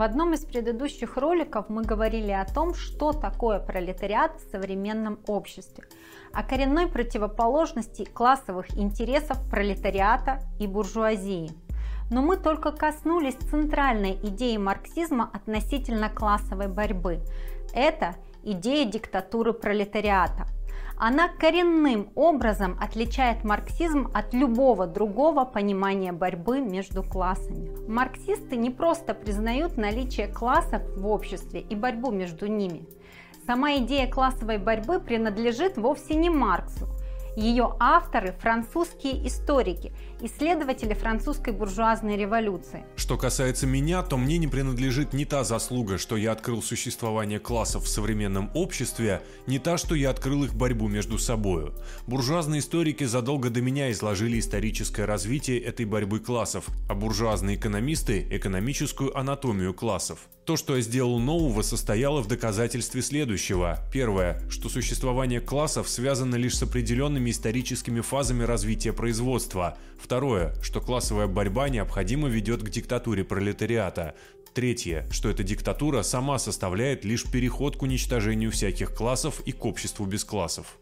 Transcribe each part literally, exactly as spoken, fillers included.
одном из предыдущих роликов мы говорили о том, что такое пролетариат в современном обществе, о коренной противоположности классовых интересов пролетариата и буржуазии. Но мы только коснулись центральной идеи марксизма относительно классовой борьбы. Это идея диктатуры пролетариата. Она коренным образом отличает марксизм от любого другого понимания борьбы между классами. Марксисты не просто признают наличие классов в обществе и борьбу между ними. Сама идея классовой борьбы принадлежит вовсе не Марксу. Ее авторы – французские историки, исследователи французской буржуазной революции. Что касается меня, то мне не принадлежит ни та заслуга, что я открыл существование классов в современном обществе, ни та, что я открыл их борьбу между собою. Буржуазные историки задолго до меня изложили историческое развитие этой борьбы классов, а буржуазные экономисты – экономическую анатомию классов. То, что я сделал нового, состояло в доказательстве следующего. Первое, что существование классов связано лишь с определенными историческими фазами развития производства. Второе, что классовая борьба необходимо ведет к диктатуре пролетариата. Третье, что эта диктатура сама составляет лишь переход к уничтожению всяких классов и к обществу без классов.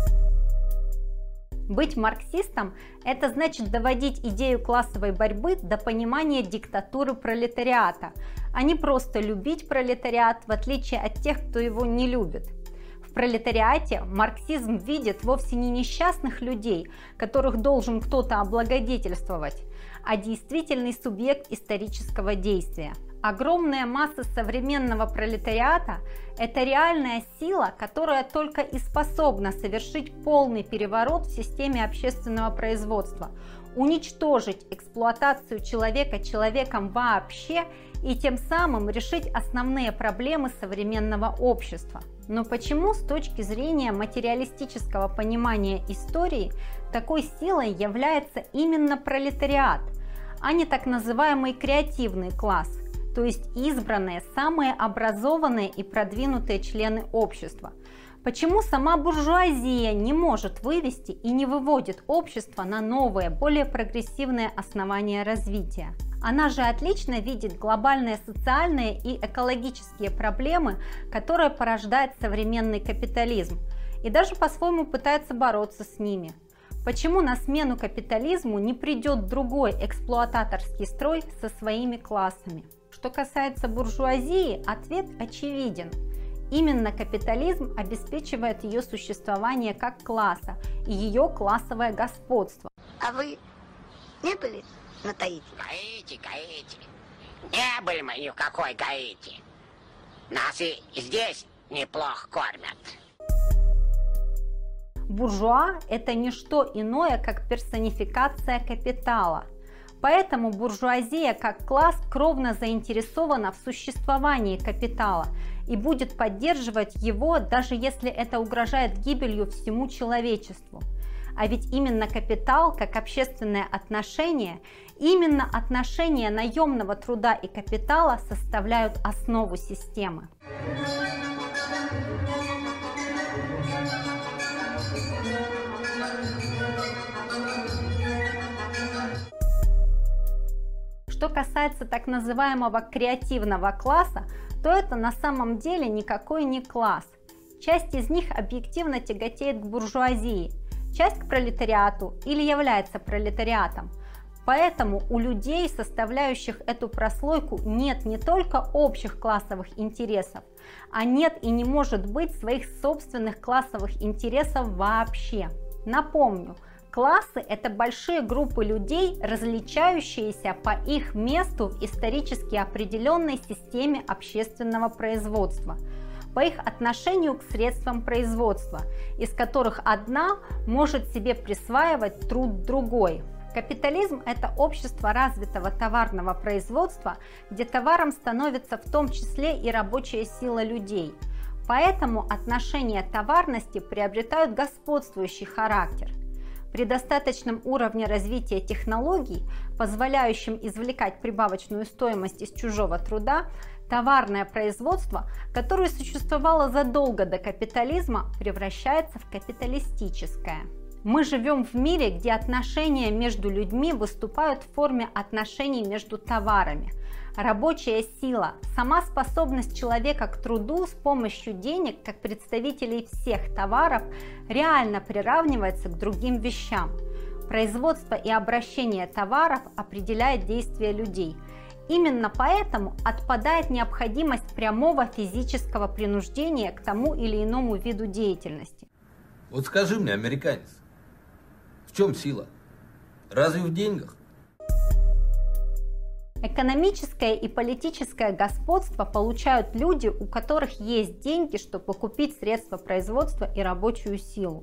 Быть марксистом – это значит доводить идею классовой борьбы до понимания диктатуры пролетариата, а не просто любить пролетариат, в отличие от тех, кто его не любит. В пролетариате марксизм видит вовсе не несчастных людей, которых должен кто-то облагодетельствовать, а действительный субъект исторического действия. Огромная масса современного пролетариата – это реальная сила, которая только и способна совершить полный переворот в системе общественного производства, уничтожить эксплуатацию человека человеком вообще и тем самым решить основные проблемы современного общества. Но почему с точки зрения материалистического понимания истории такой силой является именно пролетариат, а не так называемый креативный класс? То есть избранные, самые образованные и продвинутые члены общества. Почему сама буржуазия не может вывести и не выводит общество на новые, более прогрессивные основания развития? Она же отлично видит глобальные социальные и экологические проблемы, которые порождает современный капитализм, и даже по-своему пытается бороться с ними. Почему на смену капитализму не придет другой эксплуататорский строй со своими классами? Что касается буржуазии, ответ очевиден. Именно капитализм обеспечивает ее существование как класса и ее классовое господство. А вы не были на Таити? Гаити, Гаити. Не были мы ни в какой Гаити. Нас и здесь неплохо кормят. Буржуа – это не что иное, как персонификация капитала. Поэтому буржуазия как класс кровно заинтересована в существовании капитала и будет поддерживать его, даже если это угрожает гибелью всему человечеству. А ведь именно капитал, как общественное отношение, именно отношения наемного труда и капитала составляют основу системы. Что касается так называемого креативного класса, то это на самом деле никакой не класс. Часть из них объективно тяготеет к буржуазии, часть к пролетариату или является пролетариатом. Поэтому у людей, составляющих эту прослойку, нет не только общих классовых интересов, а нет и не может быть своих собственных классовых интересов вообще. Напомню, классы – это большие группы людей, различающиеся по их месту в исторически определенной системе общественного производства, по их отношению к средствам производства, из которых одна может себе присваивать труд другой. Капитализм – это общество развитого товарного производства, где товаром становится в том числе и рабочая сила людей. Поэтому отношения товарности приобретают господствующий характер. При достаточном уровне развития технологий, позволяющем извлекать прибавочную стоимость из чужого труда, товарное производство, которое существовало задолго до капитализма, превращается в капиталистическое. Мы живем в мире, где отношения между людьми выступают в форме отношений между товарами. Рабочая сила, сама способность человека к труду с помощью денег, как представителей всех товаров, реально приравнивается к другим вещам. Производство и обращение товаров определяет действия людей. Именно поэтому отпадает необходимость прямого физического принуждения к тому или иному виду деятельности. Вот скажи мне, американец, в чем сила? Разве в деньгах? Экономическое и политическое господство получают люди, у которых есть деньги, чтобы купить средства производства и рабочую силу.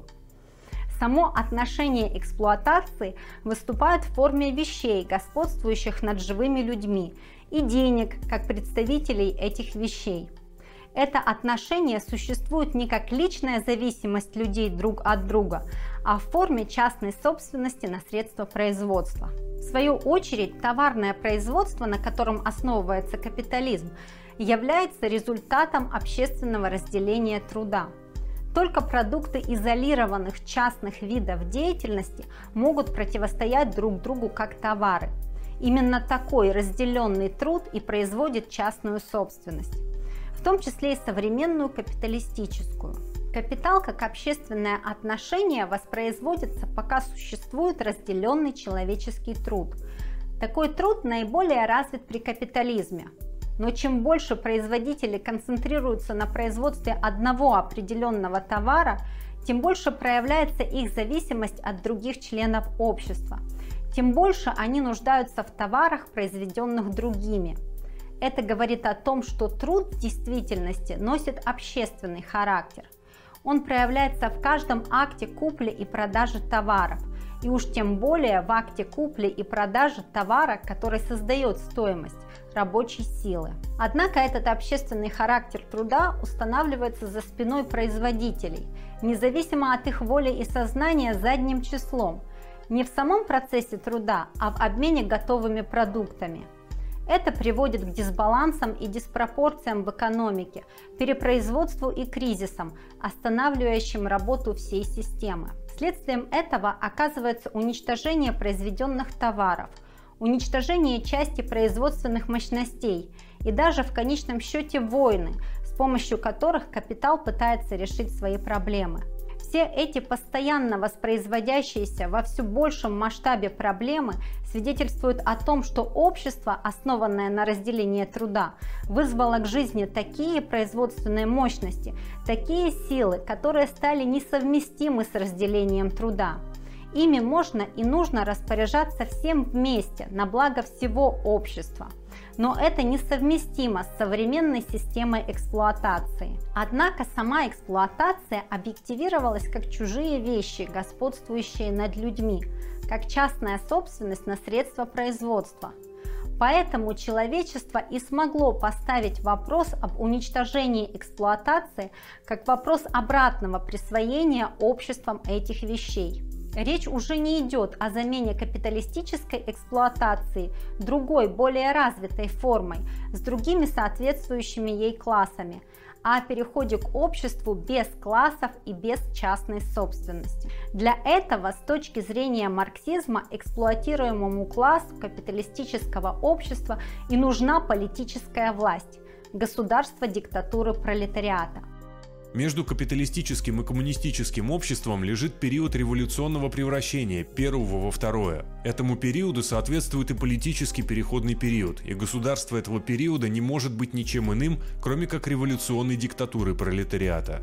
Само отношение эксплуатации выступает в форме вещей, господствующих над живыми людьми, и денег, как представителей этих вещей. Это отношение существует не как личная зависимость людей друг от друга, а в форме частной собственности на средства производства. В свою очередь, товарное производство, на котором основывается капитализм, является результатом общественного разделения труда. Только продукты изолированных частных видов деятельности могут противостоять друг другу как товары. Именно такой разделенный труд и производит частную собственность, в том числе и современную капиталистическую. Капитал как общественное отношение воспроизводится, пока существует разделенный человеческий труд. Такой труд наиболее развит при капитализме. Но чем больше производители концентрируются на производстве одного определенного товара, тем больше проявляется их зависимость от других членов общества, тем больше они нуждаются в товарах, произведенных другими. Это говорит о том, что труд в действительности носит общественный характер. Он проявляется в каждом акте купли и продажи товаров, и уж тем более в акте купли и продажи товара, который создает стоимость рабочей силы. Однако этот общественный характер труда устанавливается за спиной производителей, независимо от их воли и сознания задним числом, не в самом процессе труда, а в обмене готовыми продуктами. Это приводит к дисбалансам и диспропорциям в экономике, перепроизводству и кризисам, останавливающим работу всей системы. Следствием этого оказывается уничтожение произведенных товаров, уничтожение части производственных мощностей и даже в конечном счете войны, с помощью которых капитал пытается решить свои проблемы. Все эти постоянно воспроизводящиеся во все большем масштабе проблемы свидетельствуют о том, что общество, основанное на разделении труда, вызвало к жизни такие производственные мощности, такие силы, которые стали несовместимы с разделением труда. Ими можно и нужно распоряжаться всем вместе на благо всего общества. Но это несовместимо с современной системой эксплуатации. Однако сама эксплуатация объективировалась как чужие вещи, господствующие над людьми, как частная собственность на средства производства. Поэтому человечество и смогло поставить вопрос об уничтожении эксплуатации как вопрос обратного присвоения обществом этих вещей. Речь уже не идет о замене капиталистической эксплуатации другой, более развитой формой, с другими соответствующими ей классами, а о переходе к обществу без классов и без частной собственности. Для этого, с точки зрения марксизма, эксплуатируемому классу капиталистического общества и нужна политическая власть, государство диктатуры пролетариата. Между капиталистическим и коммунистическим обществом лежит период революционного превращения первого во второе. Этому периоду соответствует и политический переходный период, и государство этого периода не может быть ничем иным, кроме как революционной диктатуры пролетариата.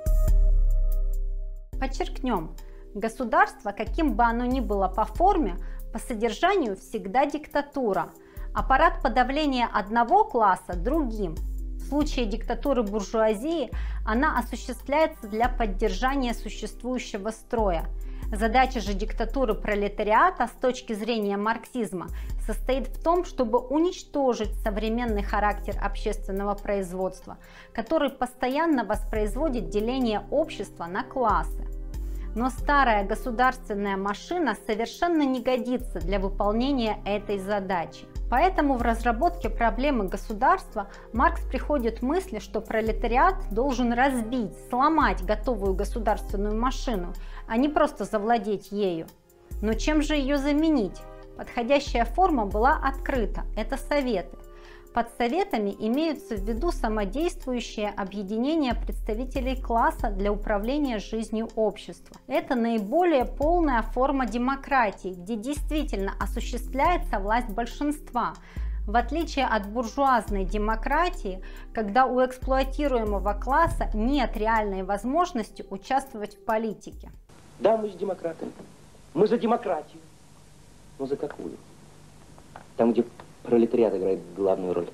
Подчеркнем, государство, каким бы оно ни было по форме, по содержанию всегда диктатура. Аппарат подавления одного класса другим. В случае диктатуры буржуазии она осуществляется для поддержания существующего строя. Задача же диктатуры пролетариата с точки зрения марксизма состоит в том, чтобы уничтожить современный характер общественного производства, который постоянно воспроизводит деление общества на классы. Но старая государственная машина совершенно не годится для выполнения этой задачи. Поэтому в разработке проблемы государства Маркс приходит к мысли, что пролетариат должен разбить, сломать готовую государственную машину, а не просто завладеть ею. Но чем же ее заменить? Подходящая форма была открыта – это советы. Под советами имеются в виду самодействующее объединение представителей класса для управления жизнью общества. Это наиболее полная форма демократии, где действительно осуществляется власть большинства, в отличие от буржуазной демократии, когда у эксплуатируемого класса нет реальной возможности участвовать в политике. Да, мы же демократы. Мы за демократию. Но за какую? Там, где пролетариат играет главную роль.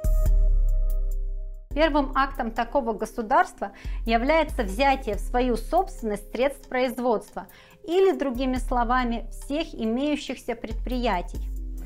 Первым актом такого государства является взятие в свою собственность средств производства или, другими словами, всех имеющихся предприятий.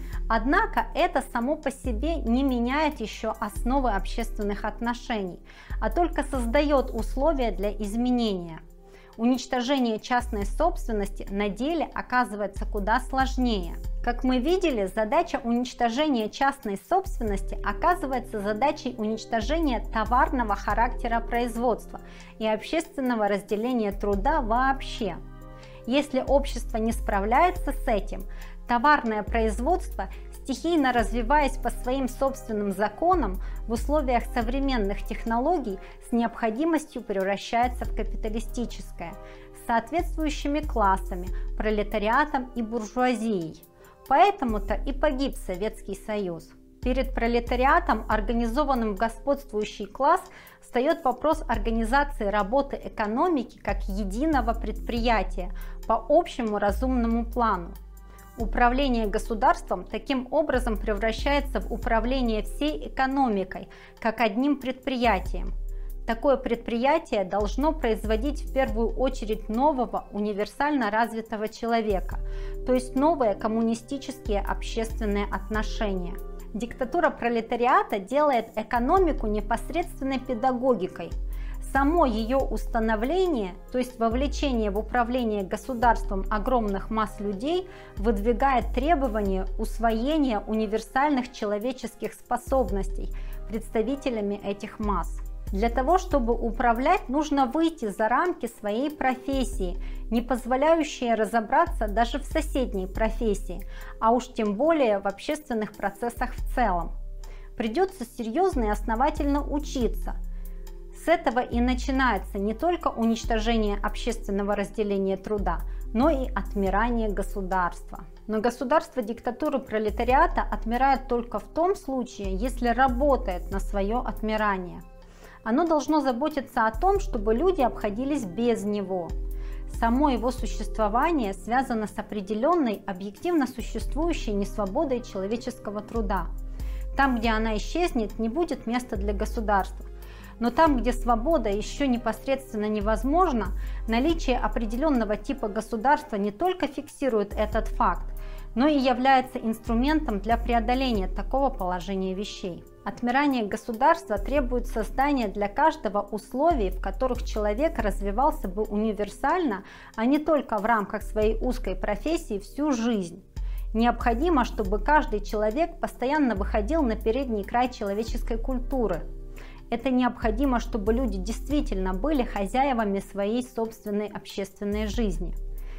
Однако это само по себе не меняет еще основы общественных отношений, а только создает условия для изменения. Уничтожение частной собственности на деле оказывается куда сложнее. Как мы видели, задача уничтожения частной собственности оказывается задачей уничтожения товарного характера производства и общественного разделения труда вообще. Если общество не справляется с этим, товарное производство, стихийно развиваясь по своим собственным законам, в условиях современных технологий с необходимостью превращается в капиталистическое, с соответствующими классами, пролетариатом и буржуазией. Поэтому-то и погиб Советский Союз. Перед пролетариатом, организованным в господствующий класс, встает вопрос организации работы экономики как единого предприятия по общему разумному плану. Управление государством таким образом превращается в управление всей экономикой, как одним предприятием. Такое предприятие должно производить в первую очередь нового универсально развитого человека, то есть новые коммунистические общественные отношения. Диктатура пролетариата делает экономику непосредственной педагогикой. Само ее установление, то есть вовлечение в управление государством огромных масс людей, выдвигает требование усвоения универсальных человеческих способностей представителями этих масс. Для того, чтобы управлять, нужно выйти за рамки своей профессии, не позволяющие разобраться даже в соседней профессии, а уж тем более в общественных процессах в целом. Придется серьезно и основательно учиться. С этого и начинается не только уничтожение общественного разделения труда, но и отмирание государства. Но государство диктатуры пролетариата отмирает только в том случае, если работает на свое отмирание. Оно должно заботиться о том, чтобы люди обходились без него. Само его существование связано с определенной объективно существующей несвободой человеческого труда. Там, где она исчезнет, не будет места для государства. Но там, где свобода еще непосредственно невозможна, наличие определенного типа государства не только фиксирует этот факт, но и является инструментом для преодоления такого положения вещей. Отмирание государства требует создания для каждого условий, в которых человек развивался бы универсально, а не только в рамках своей узкой профессии всю жизнь. Необходимо, чтобы каждый человек постоянно выходил на передний край человеческой культуры. Это необходимо, чтобы люди действительно были хозяевами своей собственной общественной жизни.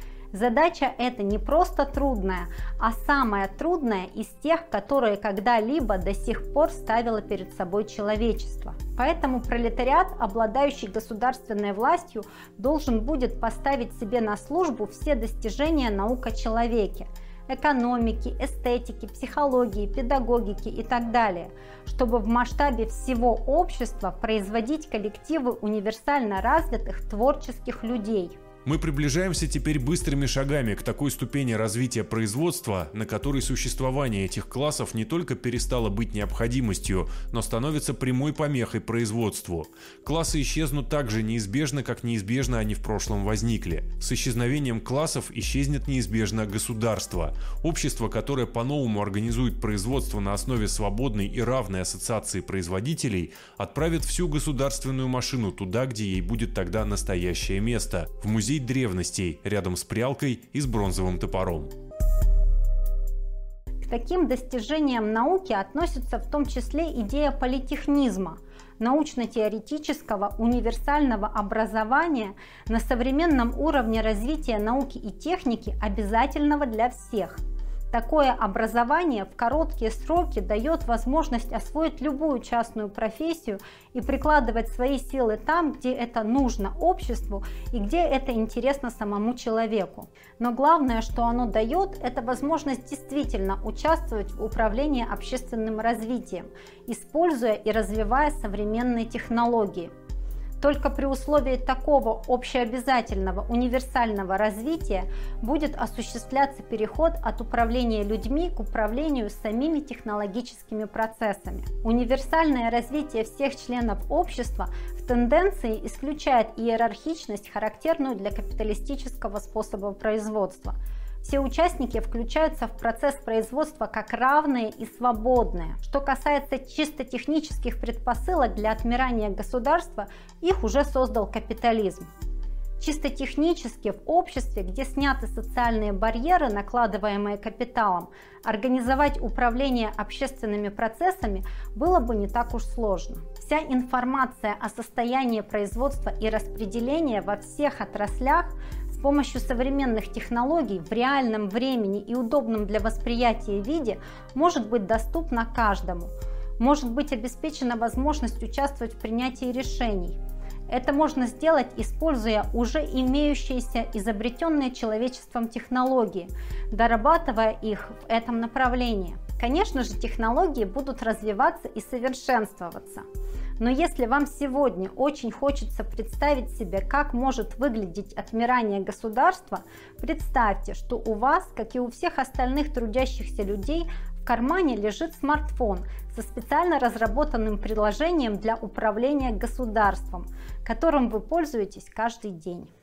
Задача эта не просто трудная, а самая трудная из тех, которые когда-либо до сих пор ставило перед собой человечество. Поэтому пролетариат, обладающий государственной властью, должен будет поставить себе на службу все достижения наук о человеке, экономики, эстетики, психологии, педагогики и так далее, чтобы в масштабе всего общества производить коллективы универсально развитых творческих людей. Мы приближаемся теперь быстрыми шагами к такой ступени развития производства, на которой существование этих классов не только перестало быть необходимостью, но становится прямой помехой производству. Классы исчезнут так же неизбежно, как неизбежно они в прошлом возникли. С исчезновением классов исчезнет неизбежно государство. Общество, которое по-новому организует производство на основе свободной и равной ассоциации производителей, отправит всю государственную машину туда, где ей будет тогда настоящее место – в музей древностей, рядом с прялкой и с бронзовым топором. К таким достижениям науки относится в том числе идея политехнизма, научно-теоретического универсального образования на современном уровне развития науки и техники, обязательного для всех. Такое образование в короткие сроки дает возможность освоить любую частную профессию и прикладывать свои силы там, где это нужно обществу и где это интересно самому человеку. Но главное, что оно дает, это возможность действительно участвовать в управлении общественным развитием, используя и развивая современные технологии. Только при условии такого общеобязательного универсального развития будет осуществляться переход от управления людьми к управлению самими технологическими процессами. Универсальное развитие всех членов общества в тенденции исключает иерархичность, характерную для капиталистического способа производства. Все участники включаются в процесс производства как равные и свободные. Что касается чисто технических предпосылок для отмирания государства, их уже создал капитализм. Чисто технически в обществе, где сняты социальные барьеры, накладываемые капиталом, организовать управление общественными процессами было бы не так уж сложно. Вся информация о состоянии производства и распределения во всех отраслях с помощью современных технологий в реальном времени и удобном для восприятия виде может быть доступна каждому. Может быть обеспечена возможность участвовать в принятии решений. Это можно сделать, используя уже имеющиеся изобретенные человечеством технологии, дорабатывая их в этом направлении. Конечно же, технологии будут развиваться и совершенствоваться. Но если вам сегодня очень хочется представить себе, как может выглядеть отмирание государства, представьте, что у вас, как и у всех остальных трудящихся людей, в кармане лежит смартфон со специально разработанным приложением для управления государством, которым вы пользуетесь каждый день.